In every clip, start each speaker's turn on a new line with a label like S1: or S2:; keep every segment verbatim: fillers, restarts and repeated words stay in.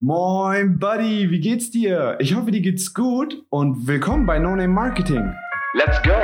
S1: Moin, Buddy, wie geht's dir? Ich hoffe, dir geht's gut und willkommen bei No Name Marketing. Let's go!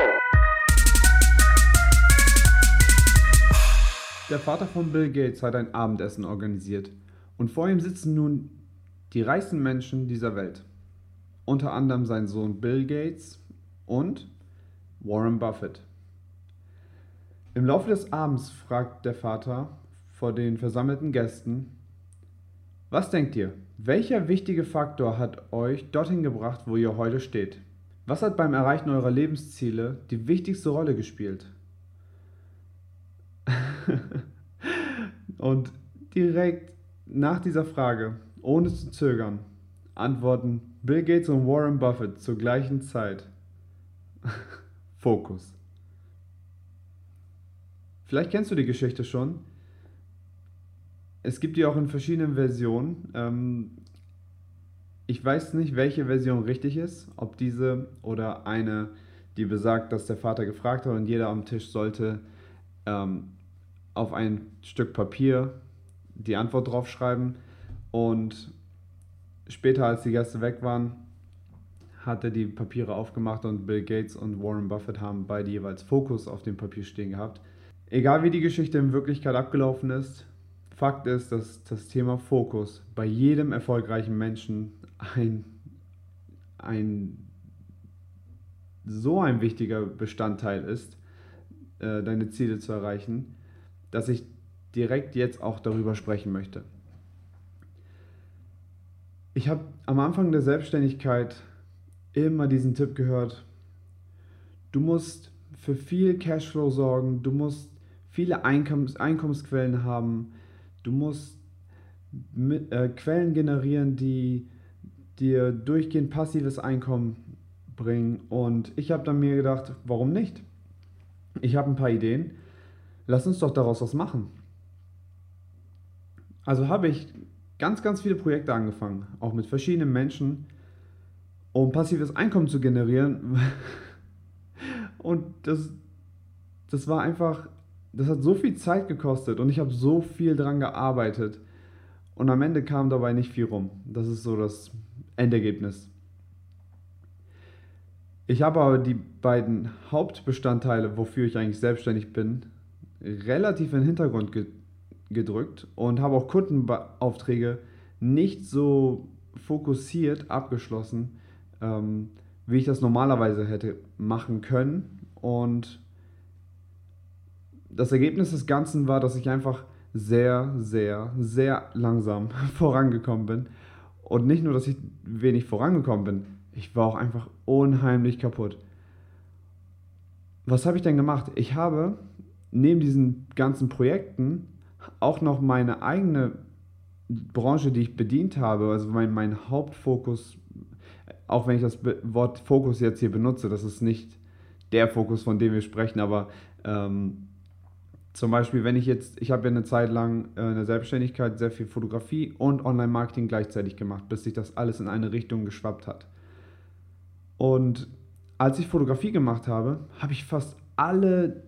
S2: Der Vater von Bill Gates hat ein Abendessen organisiert und vor ihm sitzen nun die reichsten Menschen dieser Welt. Unter anderem sein Sohn Bill Gates und Warren Buffett. Im Laufe des Abends fragt der Vater vor den versammelten Gästen: Was denkt ihr? Welcher wichtige Faktor hat euch dorthin gebracht, wo ihr heute steht? Was hat beim Erreichen eurer Lebensziele die wichtigste Rolle gespielt? Und direkt nach dieser Frage, ohne zu zögern, antworten Bill Gates und Warren Buffett zur gleichen Zeit: Fokus. Vielleicht kennst du die Geschichte schon. Es gibt die auch in verschiedenen Versionen. Ähm, ich weiß nicht, welche Version richtig ist, ob diese oder eine, die besagt, dass der Vater gefragt hat und jeder am Tisch sollte ähm, auf ein Stück Papier die Antwort draufschreiben, und später, als die Gäste weg waren, hat er die Papiere aufgemacht und Bill Gates und Warren Buffett haben beide jeweils Fokus auf dem Papier stehen gehabt. Egal wie die Geschichte in Wirklichkeit abgelaufen ist, Fakt ist, dass das Thema Fokus bei jedem erfolgreichen Menschen ein, ein so ein wichtiger Bestandteil ist, äh, deine Ziele zu erreichen, dass ich direkt jetzt auch darüber sprechen möchte. Ich habe am Anfang der Selbstständigkeit immer diesen Tipp gehört: Du musst für viel Cashflow sorgen, du musst viele Einkommens- Einkommensquellen haben, du musst mit, äh, Quellen generieren, die dir durchgehend passives Einkommen bringen. Und ich habe dann mir gedacht, warum nicht? Ich habe ein paar Ideen, lass uns doch daraus was machen. Also habe ich ganz, ganz viele Projekte angefangen, auch mit verschiedenen Menschen, um passives Einkommen zu generieren. Und das, das war einfach, das hat so viel Zeit gekostet und ich habe so viel dran gearbeitet. Und am Ende kam dabei nicht viel rum. Das ist so das Endergebnis. Ich habe aber die beiden Hauptbestandteile, wofür ich eigentlich selbstständig bin, relativ in den Hintergrund ge- gedrückt und habe auch Kundenaufträge nicht so fokussiert abgeschlossen, ähm, wie ich das normalerweise hätte machen können. Und das Ergebnis des Ganzen war, dass ich einfach sehr, sehr, sehr langsam vorangekommen bin. Und nicht nur, dass ich wenig vorangekommen bin, ich war auch einfach unheimlich kaputt. Was habe ich denn gemacht? Ich habe neben diesen ganzen Projekten auch noch meine eigene Branche, die ich bedient habe, also mein, mein Hauptfokus, auch wenn ich das Wort Fokus jetzt hier benutze, das ist nicht der Fokus, von dem wir sprechen, aber ähm, zum Beispiel, wenn ich jetzt, ich habe ja eine Zeit lang äh, in der Selbstständigkeit sehr viel Fotografie und Online-Marketing gleichzeitig gemacht, bis sich das alles in eine Richtung geschwappt hat. Und als ich Fotografie gemacht habe, habe ich fast alle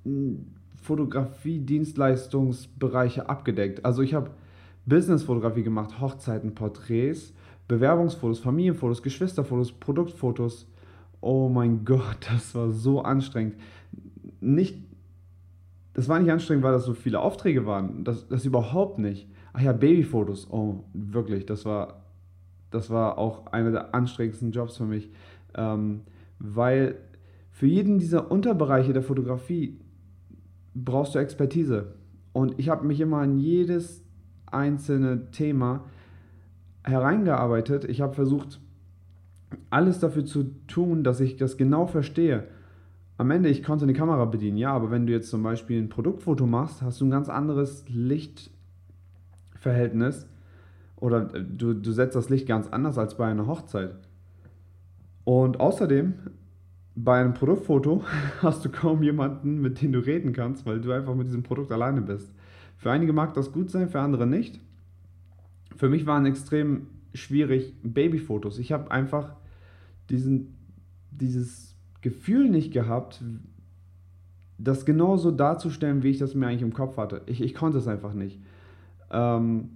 S2: Fotografie-Dienstleistungsbereiche abgedeckt. Also ich habe Business-Fotografie gemacht, Hochzeiten, Porträts, Bewerbungsfotos, Familienfotos, Geschwisterfotos, Produktfotos. Oh mein Gott, das war so anstrengend. Nicht, das war nicht anstrengend, weil das so viele Aufträge waren. Das, das überhaupt nicht. Ach ja, Babyfotos. Oh, wirklich, das war, das war auch einer der anstrengendsten Jobs für mich. Ähm, weil für jeden dieser Unterbereiche der Fotografie brauchst du Expertise. Und ich habe mich immer in jedes einzelne Thema hereingearbeitet. Ich habe versucht, alles dafür zu tun, dass ich das genau verstehe. Am Ende, ich konnte eine Kamera bedienen, ja, aber wenn du jetzt zum Beispiel ein Produktfoto machst, hast du ein ganz anderes Lichtverhältnis oder du, du setzt das Licht ganz anders als bei einer Hochzeit. Und außerdem, bei einem Produktfoto hast du kaum jemanden, mit dem du reden kannst, weil du einfach mit diesem Produkt alleine bist. Für einige mag das gut sein, für andere nicht. Für mich waren extrem schwierig Babyfotos. Ich habe einfach diesen, dieses Gefühl nicht gehabt, das genauso darzustellen, wie ich das mir eigentlich im Kopf hatte. Ich, ich konnte es einfach nicht. Ähm,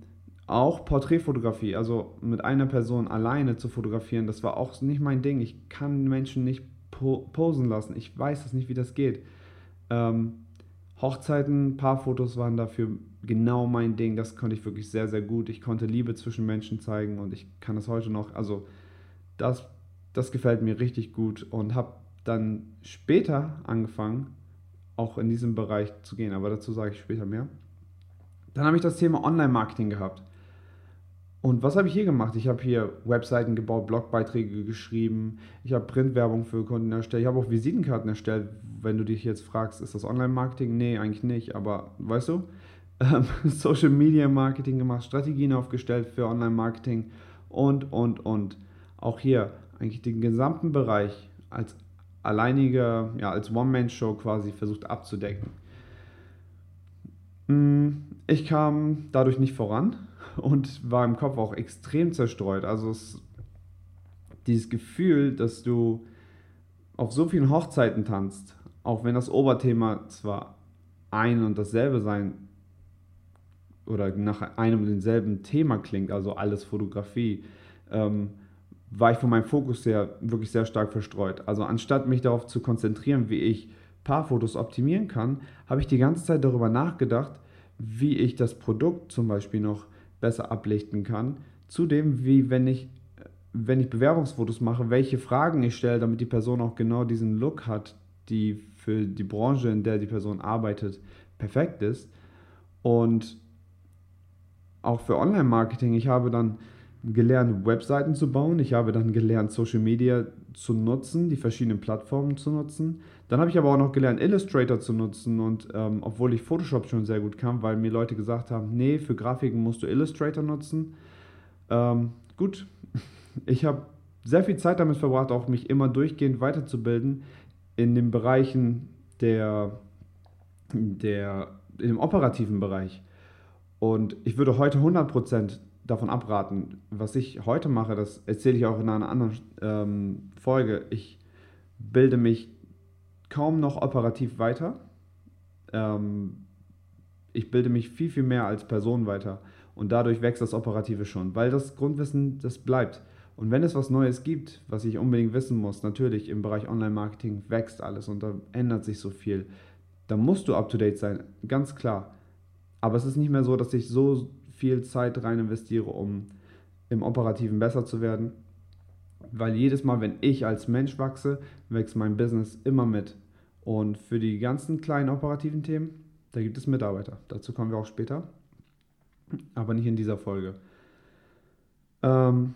S2: Auch Porträtfotografie, also mit einer Person alleine zu fotografieren, das war auch nicht mein Ding. Ich kann Menschen nicht po- posen lassen. Ich weiß es nicht, wie das geht. Ähm, Hochzeiten, Paarfotos waren dafür genau mein Ding. Das konnte ich wirklich sehr, sehr gut. Ich konnte Liebe zwischen Menschen zeigen und ich kann das heute noch. Also das, das gefällt mir richtig gut und habe dann später angefangen, auch in diesem Bereich zu gehen. Aber dazu sage ich später mehr. Dann habe ich das Thema Online-Marketing gehabt. Und was habe ich hier gemacht? Ich habe hier Webseiten gebaut, Blogbeiträge geschrieben, ich habe Printwerbung für Kunden erstellt, ich habe auch Visitenkarten erstellt. Wenn du dich jetzt fragst, ist das Online-Marketing? Nee, eigentlich nicht, aber weißt du, ähm, Social Media Marketing gemacht, Strategien aufgestellt für Online-Marketing und, und, und. Auch hier eigentlich den gesamten Bereich als alleiniger, ja, als One-Man-Show quasi versucht abzudecken. Ich kam dadurch nicht voran und war im Kopf auch extrem zerstreut. Also es, dieses Gefühl, dass du auf so vielen Hochzeiten tanzt, auch wenn das Oberthema zwar ein und dasselbe sein oder nach einem und demselben Thema klingt, also alles Fotografie, ähm, war ich von meinem Fokus her wirklich sehr stark verstreut. Also anstatt mich darauf zu konzentrieren, wie ich Paarfotos optimieren kann, habe ich die ganze Zeit darüber nachgedacht, wie ich das Produkt zum Beispiel noch besser ablichten kann. Zudem, wie wenn ich, wenn ich Bewerbungsfotos mache, welche Fragen ich stelle, damit die Person auch genau diesen Look hat, die für die Branche, in der die Person arbeitet, perfekt ist. Und auch für Online-Marketing, ich habe dann gelernt, Webseiten zu bauen. Ich habe dann gelernt, Social Media zu nutzen, die verschiedenen Plattformen zu nutzen. Dann habe ich aber auch noch gelernt, Illustrator zu nutzen. Und ähm, obwohl ich Photoshop schon sehr gut kann, weil mir Leute gesagt haben, nee, für Grafiken musst du Illustrator nutzen. Ähm, gut, ich habe sehr viel Zeit damit verbracht, auch mich immer durchgehend weiterzubilden in den Bereichen der, der, in dem operativen Bereich. Und ich würde heute hundert Prozent davon abraten. Was ich heute mache, das erzähle ich auch in einer anderen ähm, Folge. Ich bilde mich kaum noch operativ weiter. Ähm, ich bilde mich viel, viel mehr als Person weiter. Und dadurch wächst das Operative schon, weil das Grundwissen, das bleibt. Und wenn es was Neues gibt, was ich unbedingt wissen muss, natürlich im Bereich Online-Marketing wächst alles und da ändert sich so viel. Da musst du up-to-date sein, ganz klar. Aber es ist nicht mehr so, dass ich so viel Zeit rein investiere, um im Operativen besser zu werden. Weil jedes Mal, wenn ich als Mensch wachse, wächst mein Business immer mit. Und für die ganzen kleinen operativen Themen, da gibt es Mitarbeiter. Dazu kommen wir auch später, aber nicht in dieser Folge. Ähm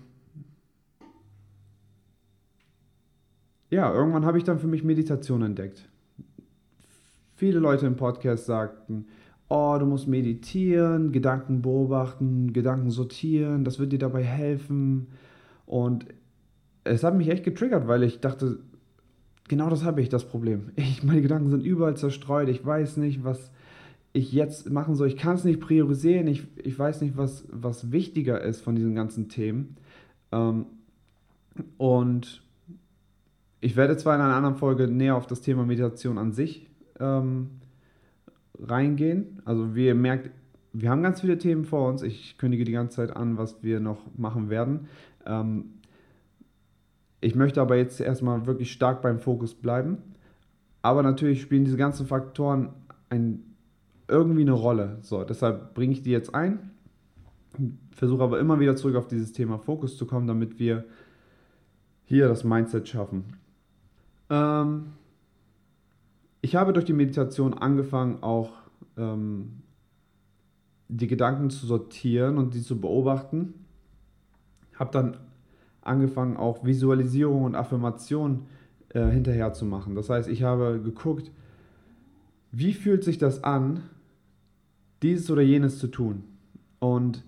S2: ja, irgendwann habe ich dann für mich Meditation entdeckt. Viele Leute im Podcast sagten, oh, du musst meditieren, Gedanken beobachten, Gedanken sortieren, das wird dir dabei helfen. Und es hat mich echt getriggert, weil ich dachte, genau das habe ich, das Problem. Ich, meine Gedanken sind überall zerstreut, ich weiß nicht, was ich jetzt machen soll, ich kann es nicht priorisieren, ich, ich weiß nicht, was, was wichtiger ist von diesen ganzen Themen. Ähm, und ich werde zwar in einer anderen Folge näher auf das Thema Meditation an sich ähm, reingehen. Also wie ihr merkt, wir haben ganz viele Themen vor uns. Ich kündige die ganze Zeit an, was wir noch machen werden. Ähm, ich möchte aber jetzt erstmal wirklich stark beim Fokus bleiben. Aber natürlich spielen diese ganzen Faktoren ein, irgendwie eine Rolle. So, deshalb bringe ich die jetzt ein. Versuche aber immer wieder zurück auf dieses Thema Fokus zu kommen, damit wir hier das Mindset schaffen. Ähm, ich habe durch die Meditation angefangen, auch ähm, die Gedanken zu sortieren und die zu beobachten. Habe dann angefangen, auch Visualisierung und Affirmation äh, hinterher zu machen. Das heißt, ich habe geguckt, wie fühlt sich das an, dieses oder jenes zu tun. Und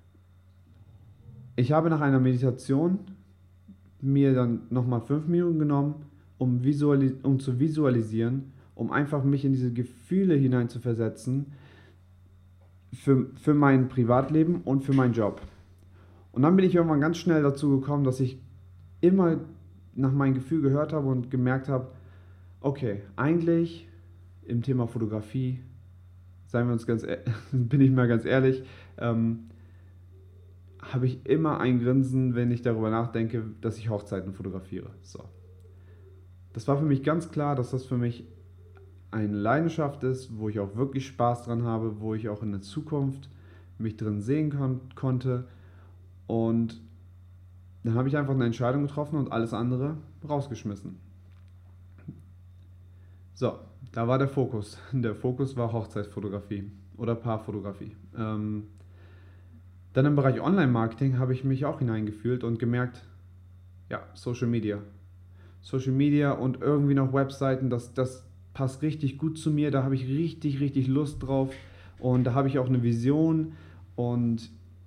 S2: ich habe nach einer Meditation mir dann nochmal fünf Minuten genommen, um, visualis- um zu visualisieren, um einfach mich in diese Gefühle hineinzuversetzen für, für mein Privatleben und für meinen Job. Und dann bin ich irgendwann ganz schnell dazu gekommen, dass ich immer nach meinem Gefühl gehört habe und gemerkt habe, okay, eigentlich im Thema Fotografie, seien wir uns ganz, bin ich mal ganz ehrlich, ähm, habe ich immer ein Grinsen, wenn ich darüber nachdenke, dass ich Hochzeiten fotografiere. So. Das war für mich ganz klar, dass das für mich eine Leidenschaft ist, wo ich auch wirklich Spaß dran habe, wo ich auch in der Zukunft mich drin sehen kon- konnte. Und dann habe ich einfach eine Entscheidung getroffen und alles andere rausgeschmissen. So, da war der Fokus. Der Fokus war Hochzeitsfotografie oder Paarfotografie. Ähm, dann im Bereich Online-Marketing habe ich mich auch hineingefühlt und gemerkt, ja, Social Media. Social Media und irgendwie noch Webseiten, das, das passt richtig gut zu mir, da habe ich richtig, richtig Lust drauf und da habe ich auch eine Vision und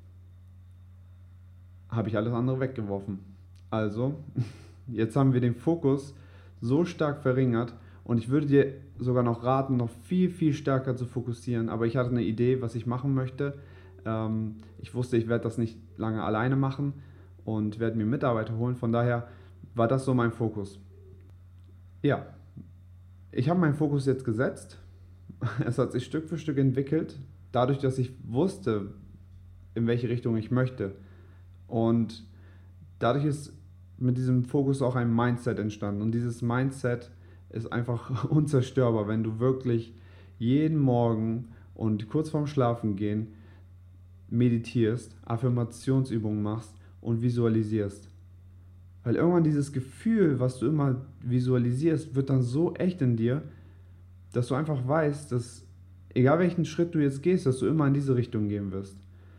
S2: habe ich alles andere weggeworfen. Also, jetzt haben wir den Fokus so stark verringert und ich würde dir sogar noch raten, noch viel, viel stärker zu fokussieren, aber ich hatte eine Idee, was ich machen möchte. Ähm, ich wusste, ich werde das nicht lange alleine machen und werde mir Mitarbeiter holen, von daher war das so mein Fokus. Ja, ich habe meinen Fokus jetzt gesetzt. Es hat sich Stück für Stück entwickelt, dadurch, dass ich wusste, in welche Richtung ich möchte. Und dadurch ist mit diesem Fokus auch ein Mindset entstanden. Und dieses Mindset ist einfach unzerstörbar, wenn du wirklich jeden Morgen und kurz vorm Schlafengehen meditierst, Affirmationsübungen machst und visualisierst. Weil irgendwann dieses Gefühl, was du immer visualisierst, wird dann so echt in dir, dass du einfach weißt, dass egal welchen Schritt du jetzt gehst, dass du immer in diese Richtung gehen wirst.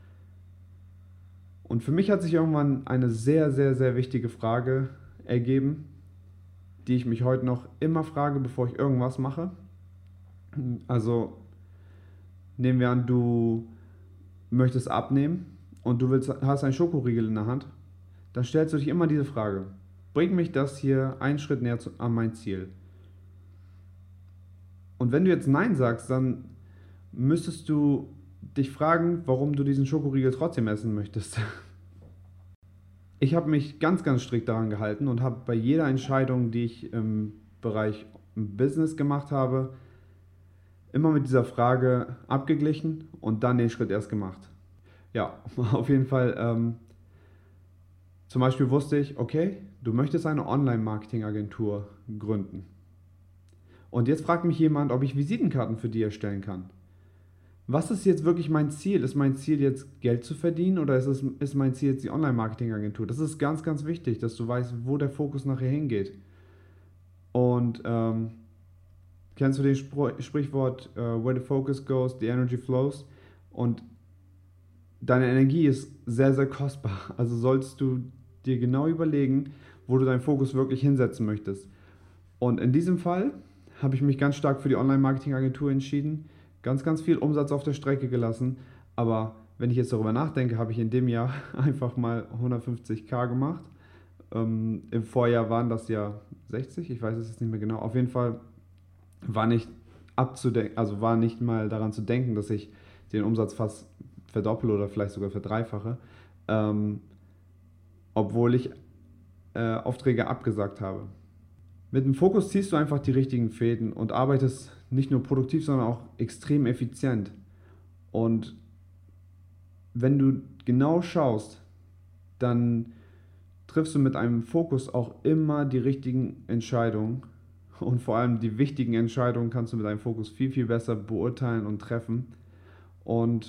S2: Und für mich hat sich irgendwann eine sehr, sehr, sehr wichtige Frage ergeben, die ich mich heute noch immer frage, bevor ich irgendwas mache. Also nehmen wir an, du möchtest abnehmen und du willst, hast einen Schokoriegel in der Hand, dann stellst du dich immer diese Frage: Bringt mich das hier einen Schritt näher zu, an mein Ziel? Und wenn du jetzt Nein sagst, dann müsstest du dich fragen, warum du diesen Schokoriegel trotzdem essen möchtest. Ich habe mich ganz, ganz strikt daran gehalten und habe bei jeder Entscheidung, die ich im Bereich Business gemacht habe, immer mit dieser Frage abgeglichen und dann den Schritt erst gemacht. Ja, auf jeden Fall. Ähm, zum Beispiel wusste ich, okay, du möchtest eine Online-Marketing-Agentur gründen. Und jetzt fragt mich jemand, ob ich Visitenkarten für die erstellen kann. Was ist jetzt wirklich mein Ziel? Ist mein Ziel jetzt Geld zu verdienen oder ist, es, ist mein Ziel jetzt die Online-Marketing-Agentur? Das ist ganz, ganz wichtig, dass du weißt, wo der Fokus nachher hingeht. Und ähm, kennst du den Spr- Sprichwort, uh, where the focus goes, the energy flows? Und deine Energie ist sehr, sehr kostbar. Also solltest du dir genau überlegen, wo du deinen Fokus wirklich hinsetzen möchtest. Und in diesem Fall habe ich mich ganz stark für die Online-Marketing-Agentur entschieden, ganz, ganz viel Umsatz auf der Strecke gelassen. Aber wenn ich jetzt darüber nachdenke, habe ich in dem Jahr einfach mal hundertfünfzigtausend gemacht. Ähm, Im Vorjahr waren das ja sechzig, ich weiß es jetzt nicht mehr genau. Auf jeden Fall war nicht abzudenken, also war nicht mal daran zu denken, dass ich den Umsatz fast verdopple oder vielleicht sogar verdreifache, ähm, obwohl ich äh, Aufträge abgesagt habe. Mit dem Fokus ziehst du einfach die richtigen Fäden und arbeitest nicht nur produktiv, sondern auch extrem effizient. Und wenn du genau schaust, dann triffst du mit einem Fokus auch immer die richtigen Entscheidungen. Und vor allem die wichtigen Entscheidungen kannst du mit einem Fokus viel, viel besser beurteilen und treffen. Und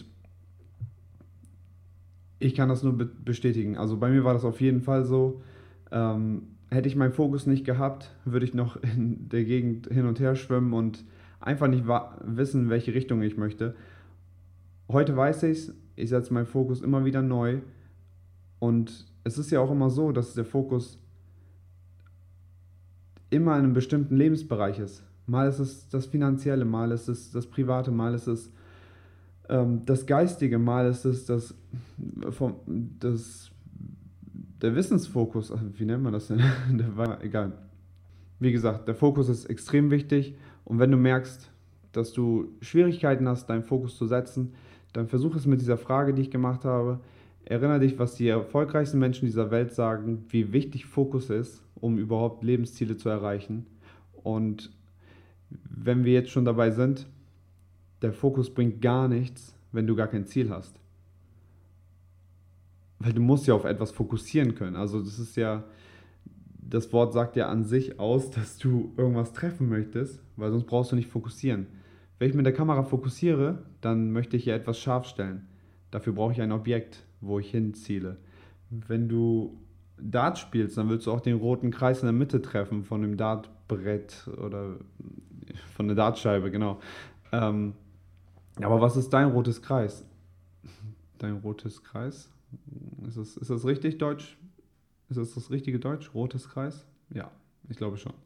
S2: ich kann das nur bestätigen. Also bei mir war das auf jeden Fall so. Ähm, hätte ich meinen Fokus nicht gehabt, würde ich noch in der Gegend hin und her schwimmen und einfach nicht wissen, in welche Richtung ich möchte. Heute weiß ich es, ich setze meinen Fokus immer wieder neu und es ist ja auch immer so, dass der Fokus immer in einem bestimmten Lebensbereich ist. Mal ist es das Finanzielle, mal ist es das Private, mal ist es ähm, das Geistige, mal ist es das, vom, das der Wissensfokus, wie nennt man das denn? Der war, egal. Wie gesagt, der Fokus ist extrem wichtig und wenn du merkst, dass du Schwierigkeiten hast, deinen Fokus zu setzen, dann versuch es mit dieser Frage, die ich gemacht habe. Erinnere dich, was die erfolgreichsten Menschen dieser Welt sagen, wie wichtig Fokus ist, um überhaupt Lebensziele zu erreichen. Und wenn wir jetzt schon dabei sind, der Fokus bringt gar nichts, wenn du gar kein Ziel hast. weil du musst ja auf etwas fokussieren können. Also das ist ja, das Wort sagt ja an sich aus, dass du irgendwas treffen möchtest, weil sonst brauchst du nicht fokussieren. Wenn ich mit der Kamera fokussiere, dann möchte ich ja etwas scharf stellen. Dafür brauche ich ein Objekt, wo ich hinziele. Wenn du Dart spielst, dann willst du auch den roten Kreis in der Mitte treffen von dem Dartbrett oder von der Dartscheibe, genau. Ähm, aber was ist dein rotes Kreis? Dein rotes Kreis? Ist das, ist das richtig Deutsch? Ist das das richtige Deutsch? Rotes Kreis? Ja, ich glaube schon.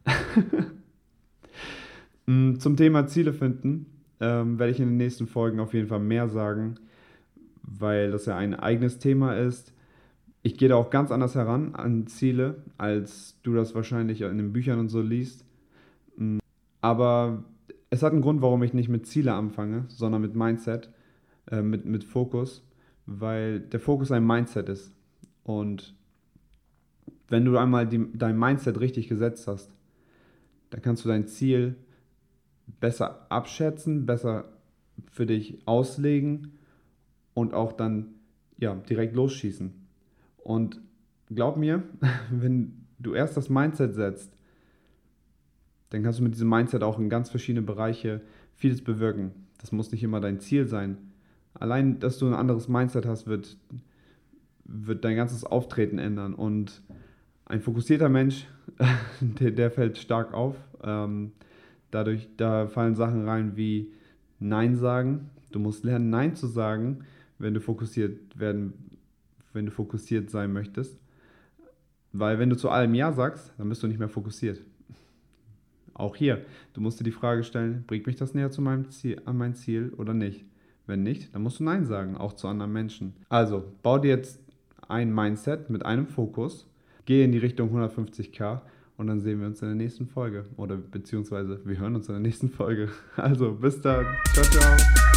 S2: Zum Thema Ziele finden ähm, werde ich in den nächsten Folgen auf jeden Fall mehr sagen, weil das ja ein eigenes Thema ist. Ich gehe da auch ganz anders heran an Ziele, als du das wahrscheinlich in den Büchern und so liest. Aber es hat einen Grund, warum ich nicht mit Ziele anfange, sondern mit Mindset, äh, mit, mit Fokus, weil der Fokus ein Mindset ist. Und wenn du einmal die, dein Mindset richtig gesetzt hast, dann kannst du dein Ziel besser abschätzen, besser für dich auslegen und auch dann ja, direkt losschießen. Und glaub mir, wenn du erst das Mindset setzt, dann kannst du mit diesem Mindset auch in ganz verschiedene Bereiche vieles bewirken. Das muss nicht immer dein Ziel sein. Allein, dass du ein anderes Mindset hast, wird, wird dein ganzes Auftreten ändern. Und ein fokussierter Mensch, der, der fällt stark auf. Ähm, dadurch, da fallen Sachen rein wie Nein sagen. Du musst lernen, Nein zu sagen, wenn du fokussiert werden, wenn du fokussiert sein möchtest. Weil wenn du zu allem Ja sagst, dann bist du nicht mehr fokussiert. Auch hier, du musst dir die Frage stellen, bringt mich das näher zu meinem Ziel, an mein Ziel oder nicht? Wenn nicht, dann musst du Nein sagen, auch zu anderen Menschen. Also, bau dir jetzt ein Mindset mit einem Fokus, geh in die Richtung hundertfünfzig K und dann sehen wir uns in der nächsten Folge. Oder beziehungsweise wir hören uns in der nächsten Folge. Also, bis dann. Ciao, ciao.